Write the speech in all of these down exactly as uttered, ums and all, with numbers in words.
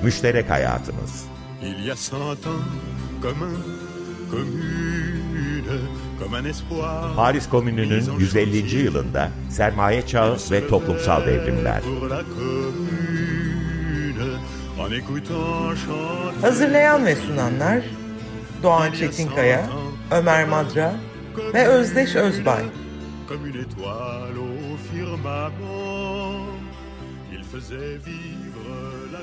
Müşterek hayatımız. Il y a cent ans, comme un commune, comme un espoir. Paris Komünü'nün yüz ellinci yılında sermaye çağı ve toplumsal devrimler. Hazırlayan ve sunanlar Doğan Çetinkaya, Ömer Madra ve Özdeş Özbay. Comme une étoile au firmament, il faisait vivre la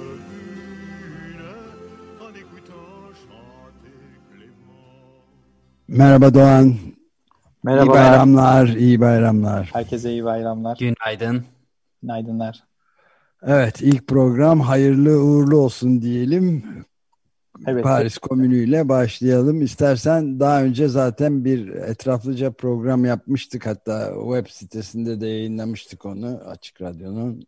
commune en écoutant chanter Clément. Merhaba Doğan. Merhaba. İyi bayramlar, iyi bayramlar. Herkese iyi bayramlar. Günaydın. Günaydınlar. Evet, ilk program hayırlı uğurlu olsun diyelim. Evet, Paris Komünü ile başlayalım. İstersen daha önce zaten bir etraflıca program yapmıştık. Hatta web sitesinde de yayınlamıştık onu, Açık Radyo'nun.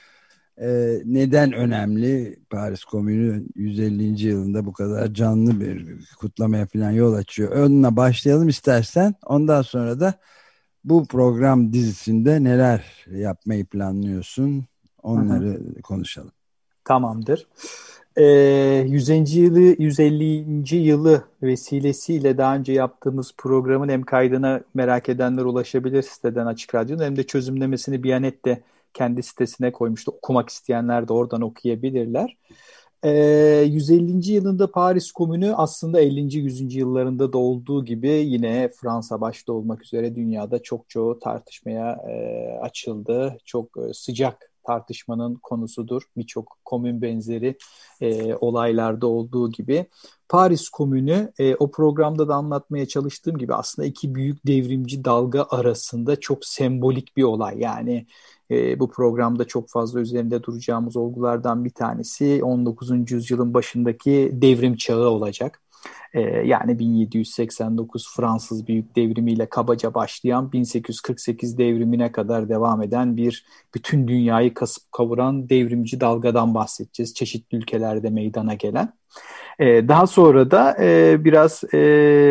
Ee, neden önemli Paris Komünü yüz ellinci yılında bu kadar canlı bir kutlamaya falan yol açıyor. Onunla başlayalım istersen. Ondan sonra da bu program dizisinde neler yapmayı planlıyorsun? Onları Hı-hı. konuşalım. Tamamdır. Ee, yüzüncü yılı, yüz ellinci yılı vesilesiyle daha önce yaptığımız programın hem kaydına merak edenler ulaşabilir siteden Açık Radyo'nun, hem de çözümlemesini Biyanet de kendi sitesine koymuştu. Okumak isteyenler de oradan okuyabilirler. Ee, yüz ellinci yılında Paris Komünü aslında ellinci yüzüncü yıllarında da olduğu gibi yine Fransa başta olmak üzere dünyada çok çok tartışmaya e, açıldı. Çok e, sıcak tartışmanın konusudur. Birçok komün benzeri e, olaylarda olduğu gibi. Paris Komünü e, o programda da anlatmaya çalıştığım gibi aslında iki büyük devrimci dalga arasında çok sembolik bir olay. Yani e, bu programda çok fazla üzerinde duracağımız olgulardan bir tanesi on dokuzuncu yüzyılın başındaki devrim çağı olacak. Ee, yani bin yedi yüz seksen dokuz Fransız Büyük Devrimiyle kabaca başlayan bin sekiz yüz kırk sekiz devrimine kadar devam eden bir bütün dünyayı kasıp kavuran devrimci dalgadan bahsedeceğiz. Çeşitli ülkelerde meydana gelen. Ee, daha sonra da e, biraz e,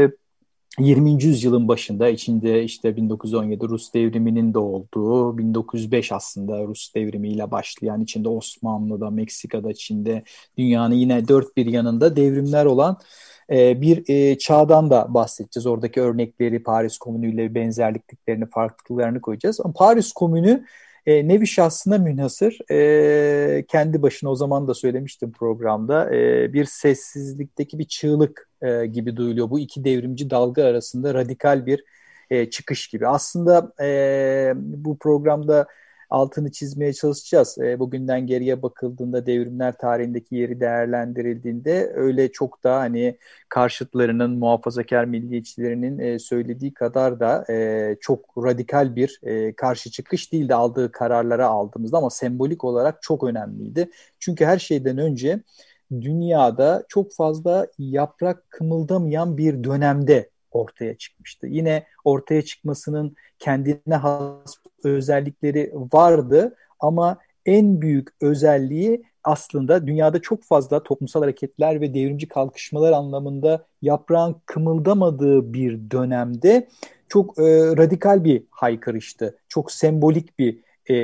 yirminci yüzyılın başında içinde işte bin dokuz yüz on yedi Rus devriminin de olduğu, bin dokuz yüz beş aslında Rus devrimiyle başlayan, içinde Osmanlı'da, Meksika'da, Çin'de, dünyanın yine dört bir yanında devrimler olan bir e, çağdan da bahsedeceğiz. Oradaki örnekleri, Paris Komünü ile benzerliklerini, farklılıklarını koyacağız. Ama Paris Komünü e, nevi şahsına münhasır. E, kendi başına, o zaman da söylemiştim programda, e, bir sessizlikteki bir çığlık e, gibi duyuluyor. Bu iki devrimci dalga arasında radikal bir e, çıkış gibi. Aslında e, bu programda altını çizmeye çalışacağız. E, bugünden geriye bakıldığında, devrimler tarihindeki yeri değerlendirildiğinde öyle çok da hani karşıtlarının, muhafazakar milliyetçilerinin e, söylediği kadar da e, çok radikal bir e, karşı çıkış değildi aldığı kararlara aldığımızda, ama sembolik olarak çok önemliydi. Çünkü her şeyden önce dünyada çok fazla yaprak kımıldamayan bir dönemde ortaya çıkmıştı. Yine ortaya çıkmasının kendine has özellikleri vardı, ama en büyük özelliği aslında dünyada çok fazla toplumsal hareketler ve devrimci kalkışmalar anlamında yaprağın kımıldamadığı bir dönemde çok e, radikal bir haykırıştı. Çok sembolik bir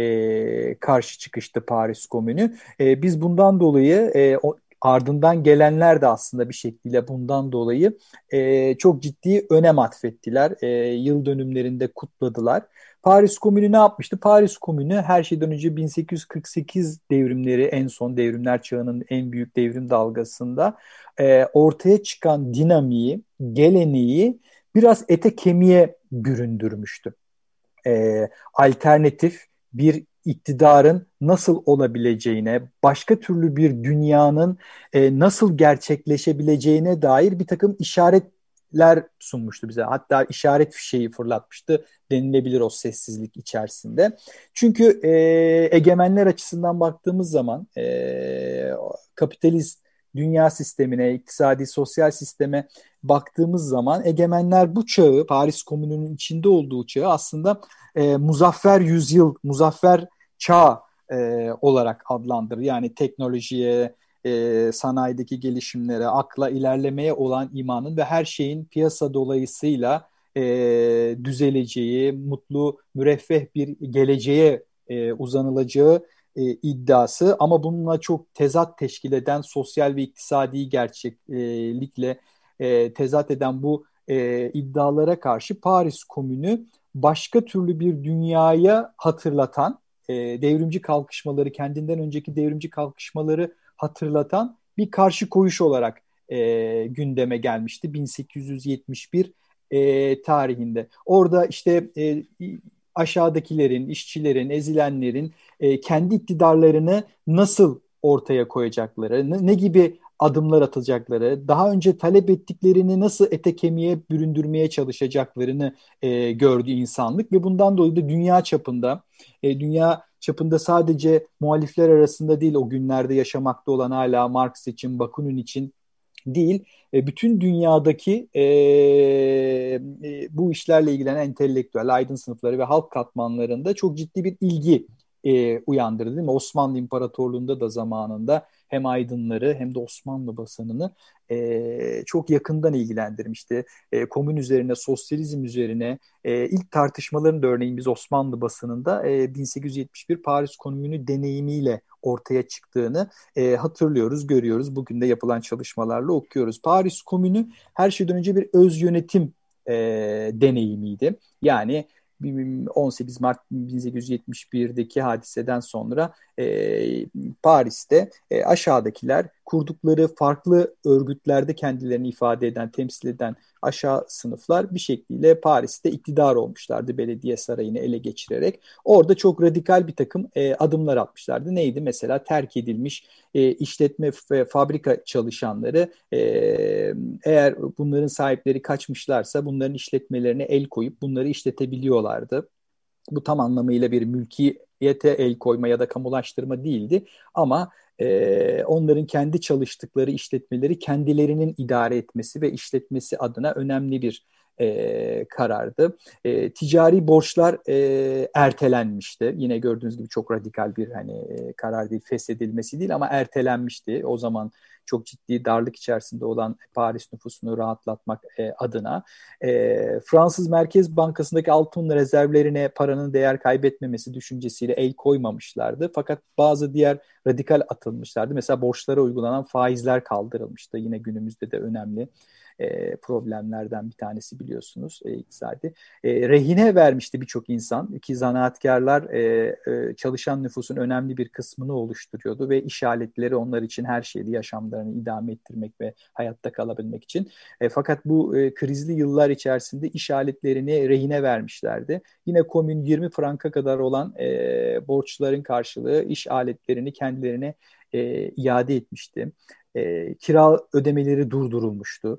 e, karşı çıkıştı Paris Komünü. E, biz bundan dolayı e, o, ardından gelenler de aslında bir şekilde bundan dolayı e, çok ciddi önem atfettiler. E, yıl dönümlerinde kutladılar. Paris Komünü ne yapmıştı? Paris Komünü her şeyden önce bin sekiz yüz kırk sekiz devrimleri, en son devrimler çağının en büyük devrim dalgasında e, ortaya çıkan dinamiği, geleneği biraz ete kemiğe büründürmüştü. E, alternatif bir iktidarın nasıl olabileceğine, başka türlü bir dünyanın e, nasıl gerçekleşebileceğine dair bir takım işaretler sunmuştu bize. Hatta işaret fişeği fırlatmıştı denilebilir o sessizlik içerisinde. Çünkü e, egemenler açısından baktığımız zaman e, kapitalist dünya sistemine, iktisadi, sosyal sisteme baktığımız zaman egemenler bu çağı, Paris Komünü'nün içinde olduğu çağı aslında e, muzaffer yüzyıl, muzaffer çağ e, olarak adlandırır. Yani teknolojiye, e, sanayideki gelişimlere, akla, ilerlemeye olan imanın ve her şeyin piyasa dolayısıyla e, düzeleceği, mutlu, müreffeh bir geleceğe e, uzanılacağı e, iddiası ama bununla çok tezat teşkil eden sosyal ve iktisadi gerçeklikle e, tezat eden bu e, iddialara karşı Paris Komünü başka türlü bir dünyaya hatırlatan, e, devrimci kalkışmaları, kendinden önceki devrimci kalkışmaları hatırlatan bir karşı koyuş olarak e, gündeme gelmişti bin sekiz yüz yetmiş bir e, tarihinde. Orada işte e, aşağıdakilerin, işçilerin, ezilenlerin e, kendi iktidarlarını nasıl ortaya koyacakları, ne, ne gibi adımlar atacakları, daha önce talep ettiklerini nasıl ete kemiğe büründürmeye çalışacaklarını e, gördü insanlık ve bundan dolayı da dünya çapında, e, dünya çapında sadece muhalifler arasında değil, o günlerde yaşamakta olan hala Marx için, Bakunin için değil, e, bütün dünyadaki e, e, bu işlerle ilgilenen entelektüel, aydın sınıfları ve halk katmanlarında çok ciddi bir ilgi e, uyandırdı, değil mi? Osmanlı İmparatorluğu'nda da zamanında hem aydınları hem de Osmanlı basınını e, çok yakından ilgilendirmişti. E, komün üzerine, sosyalizm üzerine e, ilk tartışmaların da örneğin biz Osmanlı basınında e, bin sekiz yüz yetmiş bir Paris Komünü deneyimiyle ortaya çıktığını e, hatırlıyoruz, görüyoruz. Bugün de yapılan çalışmalarla okuyoruz. Paris Komünü her şeyden önce bir öz yönetim e, deneyimiydi. Yani on sekiz Mart bin sekiz yüz yetmiş birdeki hadiseden sonra e, Paris'te e, aşağıdakiler kurdukları farklı örgütlerde kendilerini ifade eden, temsil eden aşağı sınıflar bir şekliyle Paris'te iktidar olmuşlardı, belediye sarayını ele geçirerek. Orada çok radikal bir takım e, adımlar atmışlardı. Neydi? Mesela terk edilmiş e, işletme ve fabrika çalışanları e, eğer bunların sahipleri kaçmışlarsa bunların işletmelerine el koyup bunları işletebiliyorlardı. Bu tam anlamıyla bir mülkiyete el koyma ya da kamulaştırma değildi ama e, onların kendi çalıştıkları işletmeleri kendilerinin idare etmesi ve işletmesi adına önemli bir e, karardı. E, ticari borçlar e, ertelenmişti. Yine gördüğünüz gibi çok radikal bir hani e, karar değil, feshedilmesi değil ama ertelenmişti. O zaman çok ciddi darlık içerisinde olan Paris nüfusunu rahatlatmak e, adına. E, Fransız Merkez Bankası'ndaki altın rezervlerine paranın değer kaybetmemesi düşüncesiyle el koymamışlardı. Fakat bazı diğer radikal atılmışlardı. Mesela borçlara uygulanan faizler kaldırılmıştı. Yine günümüzde de önemli e, problemlerden bir tanesi biliyorsunuz e, iktisadi. E, rehine vermişti birçok insan ki zanaatkarlar e, e, çalışan nüfusun önemli bir kısmını oluşturuyordu ve iş aletleri onlar için her şeydi, yaşamlarını idame ettirmek ve hayatta kalabilmek için. E, fakat bu e, krizli yıllar içerisinde iş aletlerini rehine vermişlerdi. Yine komün yirmi franka kadar olan e, borçların karşılığı iş aletlerini kendilerine e, iade etmişti. E, kira ödemeleri durdurulmuştu.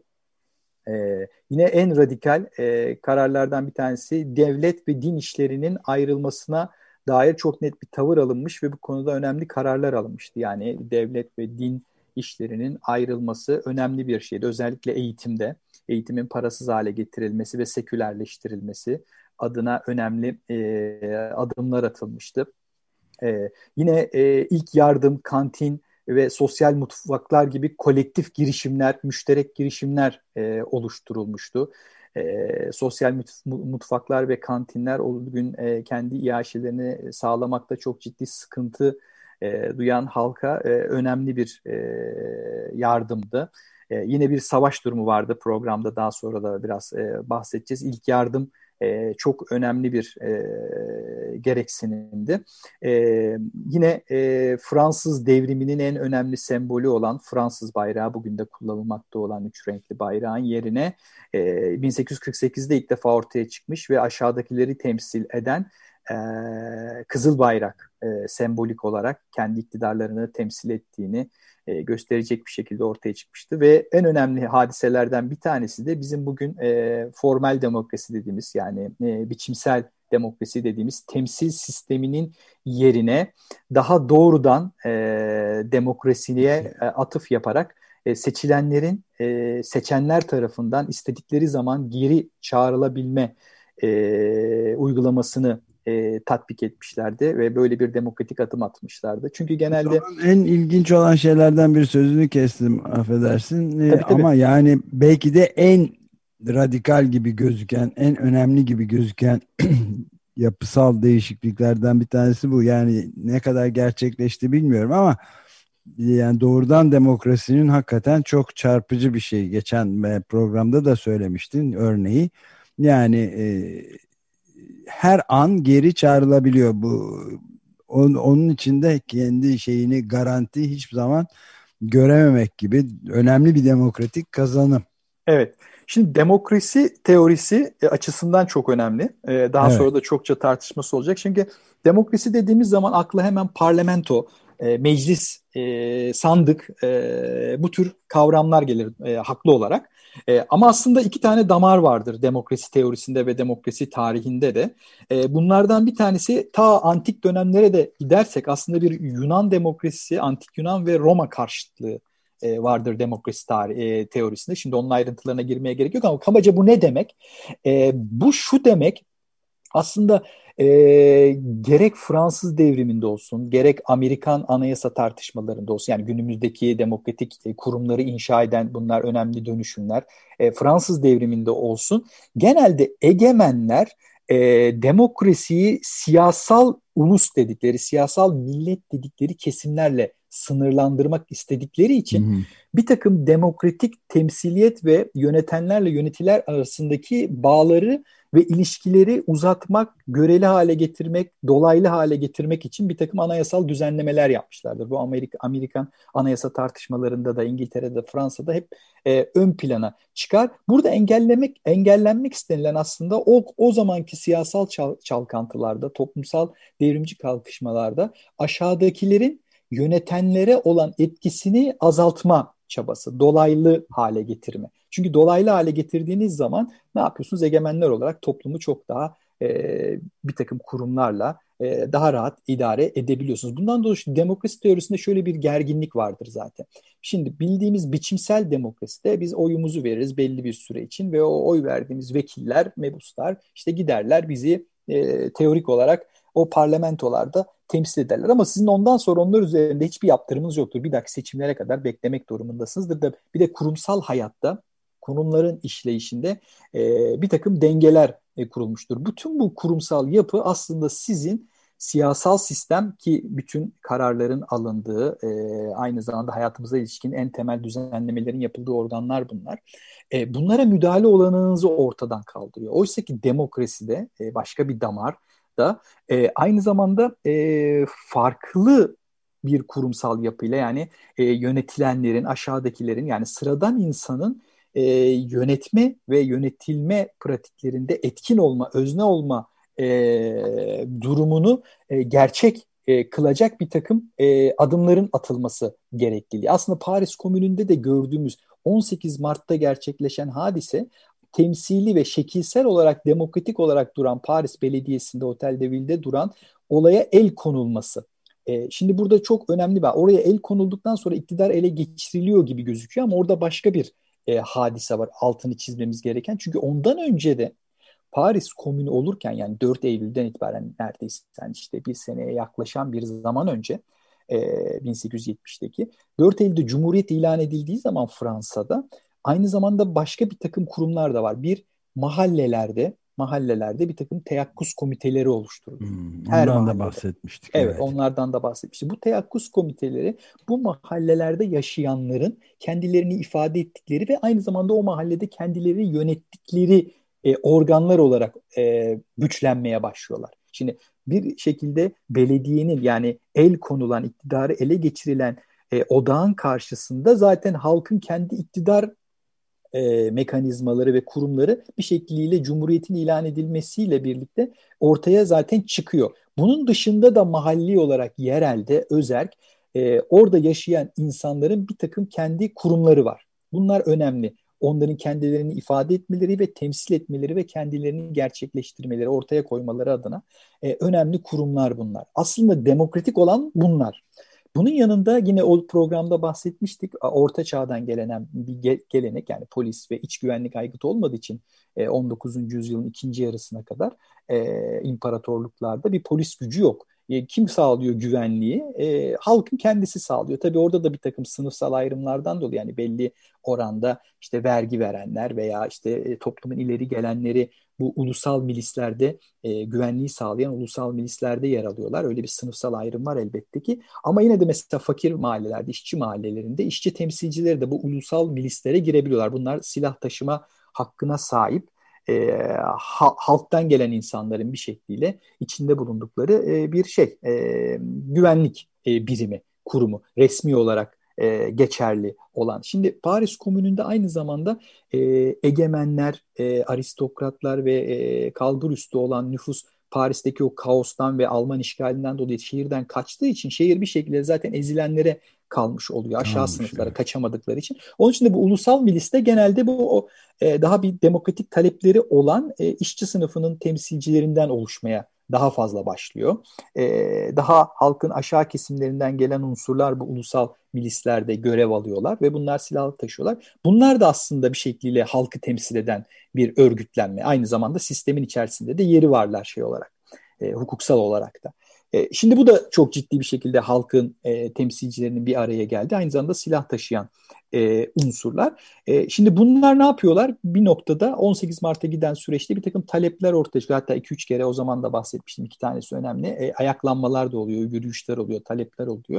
Ee, yine en radikal e, kararlardan bir tanesi devlet ve din işlerinin ayrılmasına dair çok net bir tavır alınmış ve bu konuda önemli kararlar alınmıştı. Yani devlet ve din işlerinin ayrılması önemli bir şeydi. Özellikle eğitimde, eğitimin parasız hale getirilmesi ve sekülerleştirilmesi adına önemli e, adımlar atılmıştı. E, yine e, ilk yardım, kantin ve sosyal mutfaklar gibi kolektif girişimler, müşterek girişimler e, oluşturulmuştu. E, sosyal mutfaklar ve kantinler o gün e, kendi iaşelerini sağlamakta çok ciddi sıkıntı e, duyan halka e, önemli bir e, yardımdı. E, yine bir savaş durumu vardı programda, daha sonra da biraz e, bahsedeceğiz. İlk yardım e, çok önemli bir e, gereksinimdi. E, yine e, Fransız devriminin en önemli sembolü olan Fransız bayrağı, bugün de kullanılmakta olan üç renkli bayrağın yerine e, bin sekiz yüz kırk sekizde ilk defa ortaya çıkmış ve aşağıdakileri temsil eden e, Kızıl Bayrak e, sembolik olarak kendi iktidarlarını temsil ettiğini e, gösterecek bir şekilde ortaya çıkmıştı ve en önemli hadiselerden bir tanesi de bizim bugün e, formal demokrasi dediğimiz, yani e, biçimsel demokrasi dediğimiz temsil sisteminin yerine daha doğrudan e, demokrasiye e, atıf yaparak e, seçilenlerin e, seçenler tarafından istedikleri zaman geri çağrılabilme e, uygulamasını e, tatbik etmişlerdi ve böyle bir demokratik adım atmışlardı. Çünkü genelde en ilginç olan şeylerden bir sözünü kestim, affedersin. Tabii, tabii. Ama yani belki de en radikal gibi gözüken, en önemli gibi gözüken yapısal değişikliklerden bir tanesi bu. Yani ne kadar gerçekleşti bilmiyorum ama yani doğrudan demokrasinin hakikaten çok çarpıcı bir şey. Geçen programda da söylemiştin örneği. Yani e, her an geri çağrılabiliyor bu. Onun, onun içinde kendi şeyini garanti hiçbir zaman görememek gibi önemli bir demokratik kazanım. Evet. Şimdi demokrasi teorisi açısından çok önemli. Daha Evet. sonra da çokça tartışması olacak. Çünkü demokrasi dediğimiz zaman akla hemen parlamento, meclis, sandık, bu tür kavramlar gelir haklı olarak. Ama aslında iki tane damar vardır demokrasi teorisinde ve demokrasi tarihinde de. Bunlardan bir tanesi ta antik dönemlere de gidersek aslında bir Yunan demokrasisi, antik Yunan ve Roma karşıtlığı vardır demokrasi tarih, e, teorisinde. Şimdi onun ayrıntılarına girmeye gerek yok ama kabaca bu ne demek? E, bu şu demek aslında e, gerek Fransız devriminde olsun, gerek Amerikan anayasa tartışmalarında olsun, yani günümüzdeki demokratik e, kurumları inşa eden bunlar önemli dönüşümler, e, Fransız devriminde olsun, genelde egemenler e, demokrasiyi siyasal ulus dedikleri, siyasal millet dedikleri kesimlerle sınırlandırmak istedikleri için Hı hı. bir takım demokratik temsiliyet ve yönetenlerle yönetiler arasındaki bağları ve ilişkileri uzatmak, göreli hale getirmek, dolaylı hale getirmek için bir takım anayasal düzenlemeler yapmışlardır. Bu Amerika, Amerikan anayasa tartışmalarında da, İngiltere'de, Fransa'da hep e, ön plana çıkar. Burada engellemek, engellenmek istenilen aslında o, o zamanki siyasal çal, çalkantılarda, toplumsal devrimci kalkışmalarda aşağıdakilerin yönetenlere olan etkisini azaltma çabası, dolaylı hale getirme. Çünkü dolaylı hale getirdiğiniz zaman ne yapıyorsunuz? Egemenler olarak toplumu çok daha e, bir takım kurumlarla e, daha rahat idare edebiliyorsunuz. Bundan dolayı demokrasi teorisinde şöyle bir gerginlik vardır zaten. Şimdi bildiğimiz biçimsel demokraside biz oyumuzu veririz belli bir süre için ve o oy verdiğimiz vekiller, mebuslar işte giderler bizi e, teorik olarak o parlamentolarda temsil ederler. Ama sizin ondan sonra onlar üzerinde hiçbir yaptırımınız yoktur. Bir dahaki seçimlere kadar beklemek durumundasınızdır. Bir de kurumsal hayatta, kurumların işleyişinde e, bir takım dengeler e, kurulmuştur. Bütün bu kurumsal yapı aslında sizin siyasal sistem ki bütün kararların alındığı, e, aynı zamanda hayatımıza ilişkin en temel düzenlemelerin yapıldığı organlar bunlar. E, bunlara müdahale olanağınızı ortadan kaldırıyor. Oysa ki demokraside e, başka bir damar da e, aynı zamanda e, farklı bir kurumsal yapıyla yani e, yönetilenlerin, aşağıdakilerin yani sıradan insanın e, yönetme ve yönetilme pratiklerinde etkin olma, özne olma e, durumunu e, gerçek e, kılacak bir takım e, adımların atılması gerekliliği. Aslında Paris Komünü'nde de gördüğümüz on sekiz Mart'ta gerçekleşen hadise temsili ve şekilsel olarak demokratik olarak duran Paris Belediyesi'nde, Otel de Ville'de duran olaya el konulması. E, şimdi burada çok önemli bir, oraya el konulduktan sonra iktidar ele geçiriliyor gibi gözüküyor ama orada başka bir e, hadise var altını çizmemiz gereken. Çünkü ondan önce de Paris Komünü olurken yani dört Eylül'den itibaren neredeyse yani işte bir seneye yaklaşan bir zaman önce e, bin sekiz yüz yetmişteki dört Eylül'de Cumhuriyet ilan edildiği zaman Fransa'da aynı zamanda başka bir takım kurumlar da var. Bir mahallelerde mahallelerde bir takım teyakkuz komiteleri oluşturuldu. Hmm, Her ondan mahallede. da bahsetmiştik. Evet, Evet. onlardan da bahsetmiştik. Bu teyakkuz komiteleri bu mahallelerde yaşayanların kendilerini ifade ettikleri ve aynı zamanda o mahallede kendileri yönettikleri e, organlar olarak e, güçlenmeye başlıyorlar. Şimdi bir şekilde belediyenin yani el konulan, iktidarı ele geçirilen e, odağın karşısında zaten halkın kendi iktidar e, mekanizmaları ve kurumları bir şekliyle Cumhuriyet'in ilan edilmesiyle birlikte ortaya zaten çıkıyor. Bunun dışında da mahalli olarak yerelde, özerk, e, orada yaşayan insanların bir takım kendi kurumları var. Bunlar önemli. Onların kendilerini ifade etmeleri ve temsil etmeleri ve kendilerini gerçekleştirmeleri, ortaya koymaları adına e, önemli kurumlar bunlar. Aslında demokratik olan bunlar. Bunun yanında yine o programda bahsetmiştik. Orta Çağ'dan gelen bir gelenek yani polis ve iç güvenlik aygıtı olmadığı için on dokuzuncu yüzyılın ikinci yarısına kadar e, imparatorluklarda bir polis gücü yok. E, kim sağlıyor güvenliği? E, halkın kendisi sağlıyor. Tabii orada da bir takım sınıfsal ayrımlardan dolayı yani belli oranda işte vergi verenler veya işte e, toplumun ileri gelenleri bu ulusal milislerde e, güvenliği sağlayan ulusal milislerde yer alıyorlar. Öyle bir sınıfsal ayrım var elbette ki. Ama yine de mesela fakir mahallelerde, işçi mahallelerinde işçi temsilcileri de bu ulusal milislere girebiliyorlar. Bunlar silah taşıma hakkına sahip e, ha, halktan gelen insanların bir şekliyle içinde bulundukları e, bir şey e, güvenlik e, birimi, kurumu resmi olarak e, geçerli olan. Şimdi Paris Komünü'nde aynı zamanda e, egemenler, e, aristokratlar ve e, kalburüstü olan nüfus Paris'teki o kaostan ve Alman işgalinden dolayı şehirden kaçtığı için şehir bir şekilde zaten ezilenlere kalmış oluyor. Aşağı Kalmış, sınıflara evet. kaçamadıkları için. Onun için de bu ulusal miliste genelde bu o, e, daha bir demokratik talepleri olan e, işçi sınıfının temsilcilerinden oluşmaya daha fazla başlıyor. E, daha halkın aşağı kesimlerinden gelen unsurlar bu ulusal milislerde görev alıyorlar ve bunlar silahlı taşıyorlar. Bunlar da aslında bir şekliyle halkı temsil eden bir örgütlenme. Aynı zamanda sistemin içerisinde de yeri varlar şey olarak, e, hukuksal olarak da. E, şimdi bu da çok ciddi bir şekilde halkın e, temsilcilerinin bir araya geldi. Aynı zamanda silah taşıyan e, unsurlar. E, şimdi bunlar ne yapıyorlar? Bir noktada on sekiz Mart'a giden süreçte bir takım talepler ortaya çıkıyor. Hatta iki üç kere o zaman da bahsetmiştim. İki tanesi önemli. E, ayaklanmalar da oluyor, yürüyüşler oluyor, talepler oluyor.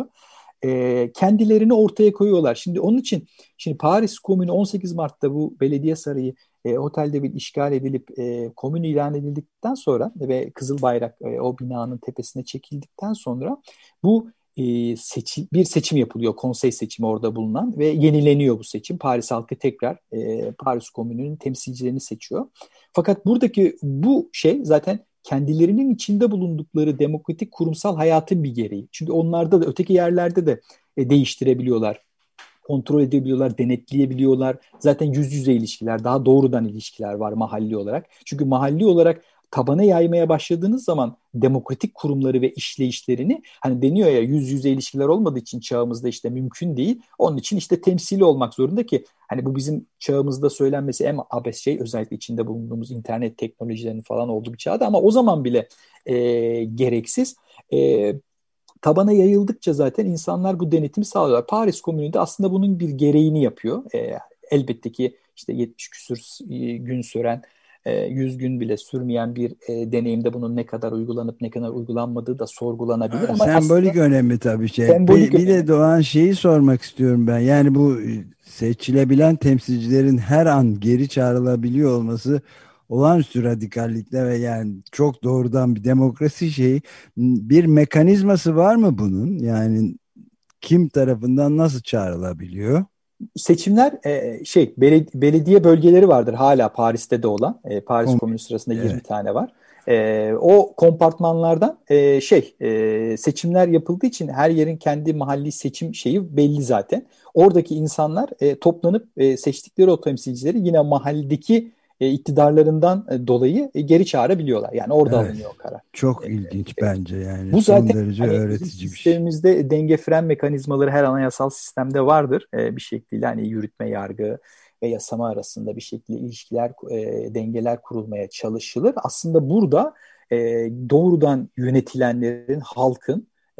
E, kendilerini ortaya koyuyorlar. Şimdi onun için şimdi Paris Komünü on sekiz Mart'ta bu belediye sarayı e, otelde bir işgal edilip e, komün ilan edildikten sonra ve Kızıl Bayrak e, o binanın tepesine çekildikten sonra bu e, seçim, bir seçim yapılıyor. Konsey seçimi orada bulunan ve yenileniyor bu seçim. Paris halkı tekrar e, Paris Komünü'nün temsilcilerini seçiyor. Fakat buradaki bu şey zaten kendilerinin içinde bulundukları demokratik kurumsal hayatın bir gereği. Çünkü onlarda da öteki yerlerde de e, değiştirebiliyorlar, kontrol edebiliyorlar, denetleyebiliyorlar. Zaten yüz yüze ilişkiler, daha doğrudan ilişkiler var mahalli olarak. Çünkü mahalli olarak tabana yaymaya başladığınız zaman demokratik kurumları ve işleyişlerini hani deniyor ya yüz yüze ilişkiler olmadığı için çağımızda işte mümkün değil. Onun için işte temsili olmak zorunda ki hani bu bizim çağımızda söylenmesi en abes şey özellikle içinde bulunduğumuz internet teknolojilerinin falan olduğu bir çağda ama o zaman bile e, gereksiz. E, tabana yayıldıkça zaten insanlar bu denetimi sağlıyorlar. Paris Komünü de aslında bunun bir gereğini yapıyor. E, elbette ki işte yetmiş küsur gün süren yüz gün bile sürmeyen bir e, deneyimde bunun ne kadar uygulanıp ne kadar uygulanmadığı da sorgulanabilir. Ha, ama sembolik aslında, önemli tabii şey. Sembolik Bir, bir önemli. de Doğan şeyi sormak istiyorum ben. Yani bu seçilebilen temsilcilerin her an geri çağrılabiliyor olması olağanüstü radikallikle ve yani çok doğrudan bir demokrasi şeyi. Bir mekanizması var mı bunun? Yani kim tarafından nasıl çağrılabiliyor? Seçimler e, şey belediye, belediye bölgeleri vardır hala Paris'te de olan. E, Paris Kom Komünü sırasında yirmi evet. tane var. E, o kompartmanlardan e, şey e, seçimler yapıldığı için her yerin kendi mahalli seçim şeyi belli zaten. Oradaki insanlar e, toplanıp e, seçtikleri o temsilcileri yine mahalledeki e, iktidarlarından e, dolayı e, geri çağırabiliyorlar. Yani orada Evet. alınıyor o karar. Çok E, ilginç e, bence yani Bu son zaten derece hani bizim öğretici bir şey. sistemimizde denge fren mekanizmaları her anayasal sistemde vardır. E, bir şekilde hani yürütme, yargı ve yasama arasında bir şekilde ilişkiler, e, dengeler kurulmaya çalışılır. Aslında burada e, doğrudan yönetilenlerin, halkın e,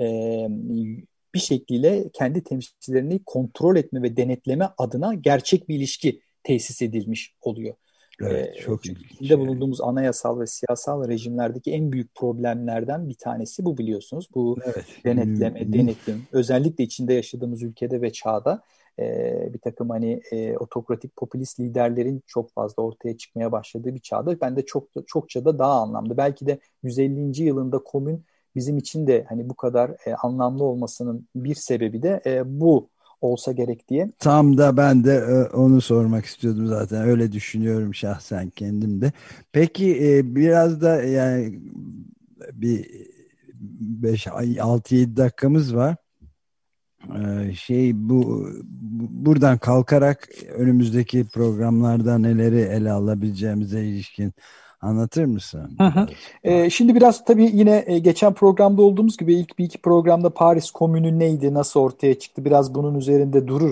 bir şekilde kendi temsilcilerini kontrol etme ve denetleme adına gerçek bir ilişki tesis edilmiş oluyor. Evet, E, çok çünkü ilginç içinde yani. bulunduğumuz anayasal ve siyasal rejimlerdeki en büyük problemlerden bir tanesi bu biliyorsunuz. Bu Evet. denetleme, denetim, özellikle içinde yaşadığımız ülkede ve çağda e, bir takım hani e, otokratik popülist liderlerin çok fazla ortaya çıkmaya başladığı bir çağda ben de çok çokça da daha anlamlı. Belki de yüz ellinci yılında komün bizim için de hani bu kadar e, anlamlı olmasının bir sebebi de e, bu olsa gerek diye. Tam da ben de e, onu sormak istiyordum zaten. Öyle düşünüyorum şahsen kendim de. Peki e, biraz da yani bir beş altı yedi dakikamız var. Ee, şey bu buradan kalkarak önümüzdeki programlarda neleri ele alabileceğimize ilişkin anlatır mısın Hı hı. biraz? Ee, şimdi biraz tabii yine e, geçen programda olduğumuz gibi ilk bir iki programda Paris Komünü neydi, nasıl ortaya çıktı biraz bunun üzerinde dururuz.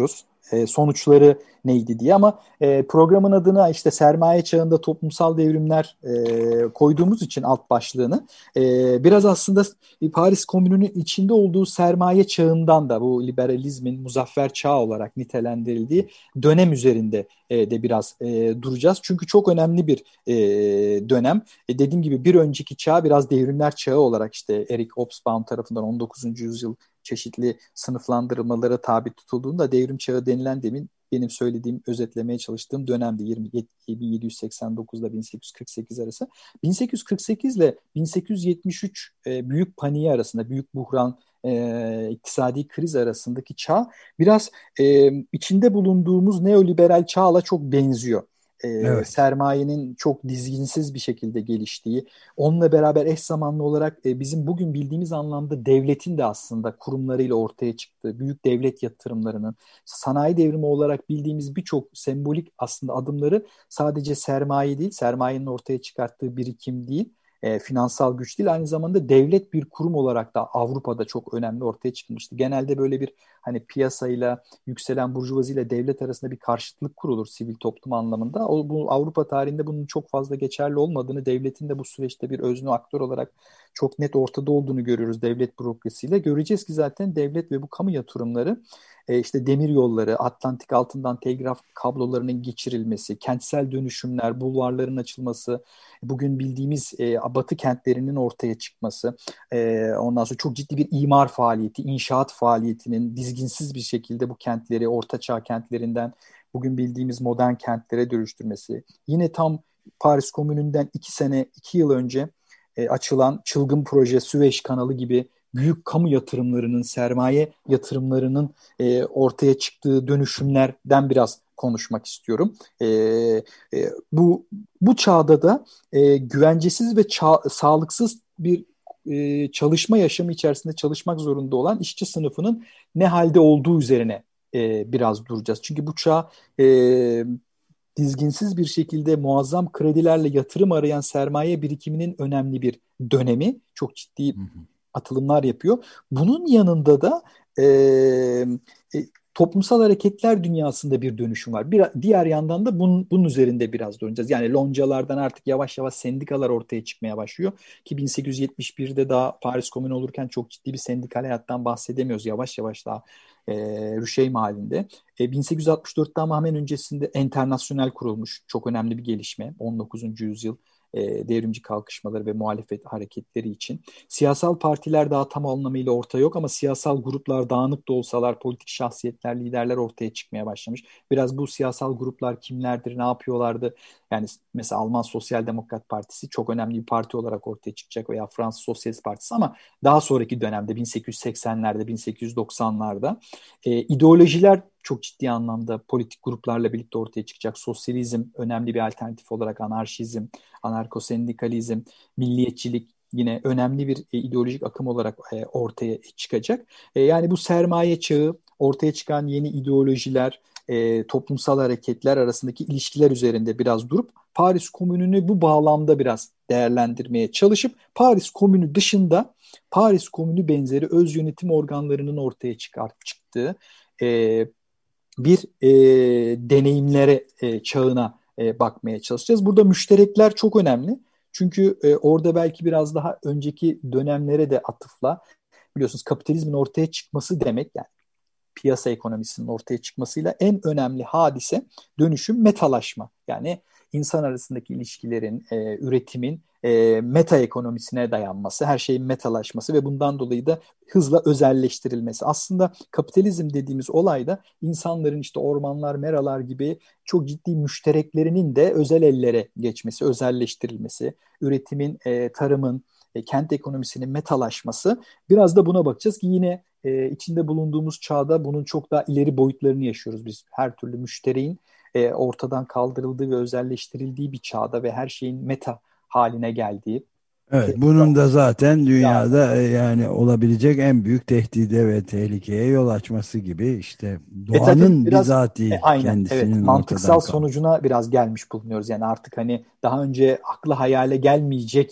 e, sonuçları neydi diye. Ama e, programın adına işte sermaye çağında toplumsal devrimler e, koyduğumuz için alt başlığını e, biraz aslında Paris Komünü'nün içinde olduğu sermaye çağından da bu liberalizmin muzaffer çağı olarak nitelendirildiği dönem üzerinde e, de biraz e, duracağız. Çünkü çok önemli bir e, dönem. E, dediğim gibi bir önceki çağ biraz devrimler çağı olarak işte Eric Hobsbawm tarafından on dokuzuncu yüzyıl çeşitli sınıflandırmalara tabi tutulduğunda devrim çağı denilen demin benim söylediğim, özetlemeye çalıştığım dönemde bin yedi yüz seksen dokuz ile bin sekiz yüz kırk sekiz arası. bin sekiz yüz kırk sekiz ile bin sekiz yüz yetmiş üç e, büyük paniği arasında, büyük buhran, e, iktisadi kriz arasındaki çağ biraz e, içinde bulunduğumuz neoliberal çağla çok benziyor. Evet. Sermayenin çok dizginsiz bir şekilde geliştiği, onunla beraber eş zamanlı olarak bizim bugün bildiğimiz anlamda devletin de aslında kurumlarıyla ortaya çıktığı, büyük devlet yatırımlarının, sanayi devrimi olarak bildiğimiz birçok sembolik aslında adımları sadece sermaye değil, sermayenin ortaya çıkarttığı birikim değil, E, finansal güç değil, aynı zamanda devlet bir kurum olarak da Avrupa'da çok önemli ortaya çıkmıştı. Genelde böyle bir hani piyasayla, yükselen burjuvaziyle devlet arasında bir karşıtlık kurulur sivil toplum anlamında. O, bu Avrupa tarihinde bunun çok fazla geçerli olmadığını, devletin de bu süreçte bir özne aktör olarak çok net ortada olduğunu görüyoruz devlet bürokrasiyle. Göreceğiz ki zaten devlet ve bu kamu yatırımları, e, işte demir yolları, Atlantik altından telgraf kablolarının geçirilmesi, kentsel dönüşümler, bulvarların açılması, bugün bildiğimiz e, batı kentlerinin ortaya çıkması, e, ondan sonra çok ciddi bir imar faaliyeti, inşaat faaliyetinin dizginsiz bir şekilde bu kentleri, ortaçağ kentlerinden bugün bildiğimiz modern kentlere dönüştürmesi. Yine tam Paris Komünü'nden iki sene, iki yıl önce e, açılan çılgın proje, Süveyş Kanalı gibi büyük kamu yatırımlarının, sermaye yatırımlarının e, ortaya çıktığı dönüşümlerden biraz konuşmak istiyorum. E, e, bu bu çağda da e, güvencesiz ve ça- sağlıksız bir e, çalışma yaşamı içerisinde çalışmak zorunda olan işçi sınıfının ne halde olduğu üzerine e, biraz duracağız. Çünkü bu çağ e, dizginsiz bir şekilde muazzam kredilerle yatırım arayan sermaye birikiminin önemli bir dönemi. Çok ciddi hı hı. atılımlar yapıyor. Bunun yanında da e, e, toplumsal hareketler dünyasında bir dönüşüm var. Bir, diğer yandan da bunun, bunun üzerinde biraz duracağız. Yani loncalardan artık yavaş yavaş sendikalar ortaya çıkmaya başlıyor. Ki bin sekiz yüz yetmiş birde daha Paris Komünü olurken çok ciddi bir sendikal hayattan bahsedemiyoruz. Yavaş yavaş daha e, rüşeym halinde. E, bin sekiz yüz altmış dörtte ama hemen öncesinde Enternasyonel kurulmuş. Çok önemli bir gelişme. on dokuzuncu yüzyıl E, devrimci kalkışmaları ve muhalefet hareketleri için. Siyasal partiler daha tam anlamıyla ortaya yok ama siyasal gruplar dağınık da olsalar politik şahsiyetler, liderler ortaya çıkmaya başlamış. Biraz bu siyasal gruplar kimlerdir, ne yapıyorlardı? Yani mesela Alman Sosyal Demokrat Partisi çok önemli bir parti olarak ortaya çıkacak veya Fransız Sosyalist Partisi ama daha sonraki dönemde bin sekiz yüz seksenlerde, bin sekiz yüz doksanlarda e, ideolojiler çok ciddi anlamda politik gruplarla birlikte ortaya çıkacak. Sosyalizm önemli bir alternatif olarak, anarşizm, anarkosendikalizm, milliyetçilik yine önemli bir e, ideolojik akım olarak e, ortaya çıkacak. E, yani bu sermaye çağı, ortaya çıkan yeni ideolojiler, e, toplumsal hareketler arasındaki ilişkiler üzerinde biraz durup Paris Komünü'nü bu bağlamda biraz değerlendirmeye çalışıp Paris Komünü dışında Paris Komünü benzeri öz yönetim organlarının ortaya çıkart, çıktığı e, bir e, deneyimlere e, çağına e, bakmaya çalışacağız. Burada müşterekler çok önemli. Çünkü e, orada belki biraz daha önceki dönemlere de atıfla, biliyorsunuz kapitalizmin ortaya çıkması demek, yani piyasa ekonomisinin ortaya çıkmasıyla en önemli hadise dönüşüm, metalaşma. Yani insan arasındaki ilişkilerin, e, üretimin e, meta ekonomisine dayanması, her şeyin metalaşması ve bundan dolayı da hızla özelleştirilmesi. Aslında kapitalizm dediğimiz olayda insanların işte ormanlar, meralar gibi çok ciddi müştereklerinin de özel ellere geçmesi, özelleştirilmesi, üretimin, e, tarımın, e, kent ekonomisinin metalaşması. Biraz da buna bakacağız ki yine e, içinde bulunduğumuz çağda bunun çok daha ileri boyutlarını yaşıyoruz biz. Her türlü müşteriğin e, ortadan kaldırıldığı ve özelleştirildiği bir çağda ve her şeyin meta haline geldiği. Evet, bunun da zaten dünyada yani olabilecek en büyük tehdide ve tehlikeye yol açması gibi, işte doğanın e bizatihi e, kendisinin evet, mantıksal ortadan sonucuna biraz gelmiş bulunuyoruz. Yani artık hani daha önce aklı hayale gelmeyecek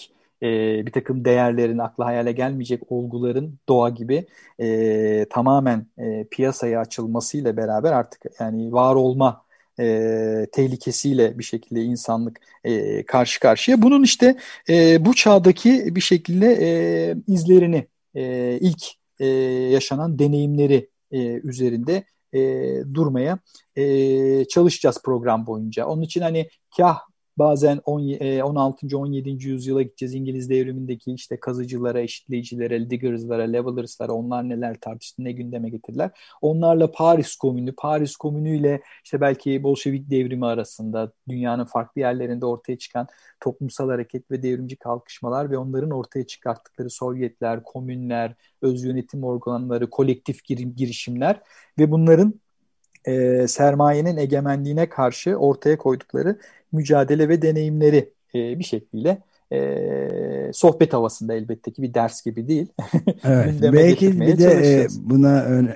e, bir takım değerlerin, akla hayale gelmeyecek olguların doğa gibi e, tamamen e, piyasaya açılmasıyla beraber artık yani var olma e, tehlikesiyle bir şekilde insanlık e, karşı karşıya. Bunun işte e, bu çağdaki bir şekilde e, izlerini, e, ilk e, yaşanan deneyimleri e, üzerinde e, durmaya e, çalışacağız program boyunca. Onun için hani kah bazen on altıncı on yedinci yüzyıla gideceğiz. İngiliz devrimindeki işte kazıcılara, eşitleyicilere, diggers'lara, levellers'lara onlar neler tartıştı, ne gündeme getirdiler. Onlarla Paris Komünü, Paris Komünü ile işte belki Bolşevik devrimi arasında dünyanın farklı yerlerinde ortaya çıkan toplumsal hareket ve devrimci kalkışmalar ve onların ortaya çıkarttıkları Sovyetler, komünler, öz yönetim organları, kolektif girişimler ve bunların e, sermayenin egemenliğine karşı ortaya koydukları mücadele ve deneyimleri e, bir şekilde e, sohbet havasında, elbette ki bir ders gibi değil. Evet, belki bir de e, buna öne,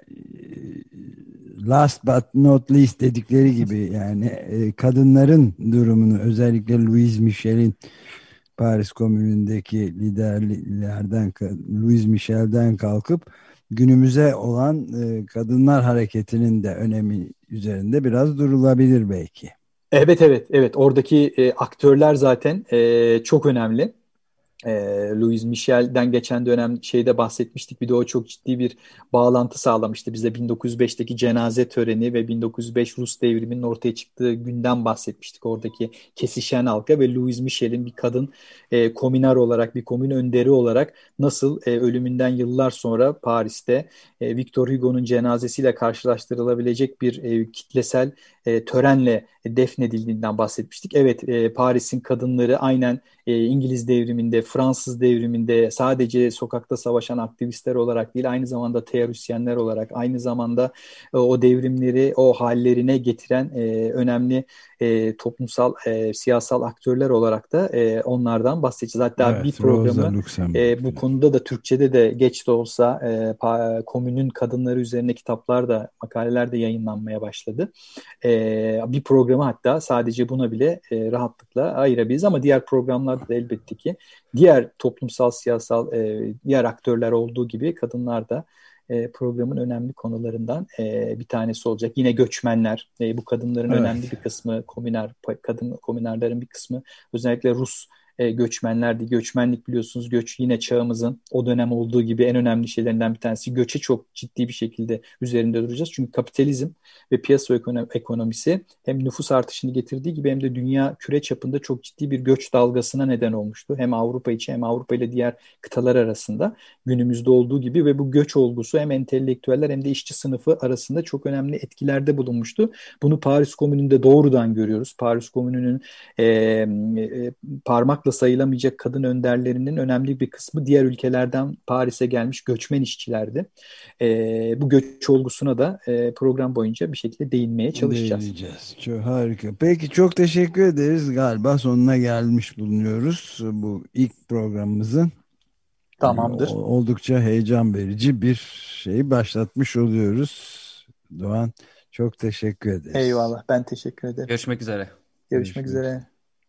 last but not least dedikleri gibi yani e, kadınların durumunu, özellikle Louise Michel'in Paris Komünü'ndeki liderlerden Louise Michel'den kalkıp günümüze olan e, kadınlar hareketinin de önemi üzerinde biraz durulabilir belki. Evet evet evet oradaki e, aktörler zaten e, çok önemli. E, Louise Michel'den geçen dönem şeyde bahsetmiştik. Bir de o çok ciddi bir bağlantı sağlamıştı. Bize bin dokuz yüz beşteki cenaze töreni ve bin dokuz yüz beş Rus devriminin ortaya çıktığı günden bahsetmiştik. Oradaki kesişen halka ve Louise Michel'in bir kadın e, komüner olarak, bir komün önderi olarak nasıl e, ölümünden yıllar sonra Paris'te e, Victor Hugo'nun cenazesiyle karşılaştırılabilecek bir e, kitlesel e, törenle defnedildiğinden bahsetmiştik. Evet, e, Paris'in kadınları aynen e, İngiliz devriminde, Fransız devriminde sadece sokakta savaşan aktivistler olarak değil, aynı zamanda teorisyenler olarak, aynı zamanda e, o devrimleri o hallerine getiren e, önemli e, toplumsal, e, siyasal aktörler olarak da e, onlardan bahsedeceğiz. Hatta evet, bir programı e, bu konuda da Türkçe'de de geç de olsa e, pa, komünün kadınları üzerine kitaplar da, makaleler de yayınlanmaya başladı. E, bir programı hatta sadece buna bile e, rahatlıkla ayırabiliriz ama diğer programlarda da elbette ki diğer toplumsal, siyasal e, diğer aktörler olduğu gibi kadınlar da e, programın önemli konularından e, bir tanesi olacak. Yine göçmenler, e, bu kadınların evet. önemli bir kısmı, komüner kadın komünerlerin bir kısmı özellikle Rus e, göçmenlerdi. Göçmenlik biliyorsunuz, göç yine çağımızın o dönem olduğu gibi en önemli şeylerinden bir tanesi. Göçe çok ciddi bir şekilde üzerinde duracağız. Çünkü kapitalizm ve piyasa ekonomisi hem nüfus artışını getirdiği gibi hem de dünya küre çapında çok ciddi bir göç dalgasına neden olmuştu. Hem Avrupa içi hem Avrupa ile diğer kıtalar arasında günümüzde olduğu gibi ve bu göç olgusu hem entelektüeller hem de işçi sınıfı arasında çok önemli etkilerde bulunmuştu. Bunu Paris Komünü'nde doğrudan görüyoruz. Paris Komünü'nün e, e, parmak sayılamayacak kadın önderlerinin önemli bir kısmı diğer ülkelerden Paris'e gelmiş göçmen işçilerdi. E, bu göç olgusuna da e, program boyunca bir şekilde değinmeye çalışacağız. Değineceğiz. Çok harika. Peki, çok teşekkür ederiz. Galiba sonuna gelmiş bulunuyoruz bu ilk programımızın. Tamamdır. Oldukça heyecan verici bir şey başlatmış oluyoruz. Doğan, çok teşekkür ederiz. Eyvallah. Ben teşekkür ederim. Görüşmek üzere. Görüşmek, Görüşmek üzere.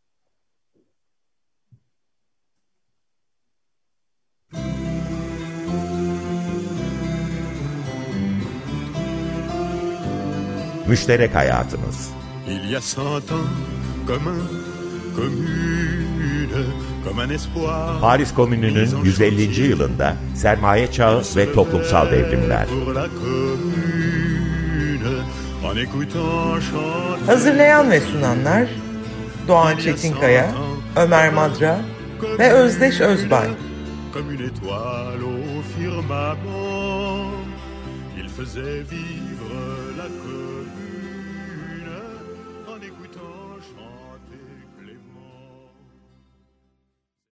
Müşterek hayatımız. Il y a cent ans, comme un commune, comme un espoir. Paris Komünü'nün yüz ellinci yılında sermaye çağı ve toplumsal devrimler. Hazırlayan ve sunanlar Doğan Çetinkaya, Ömer Madra ve Özdeş Özbay. Comme une étoile au firmament, il faisait vivre la commune.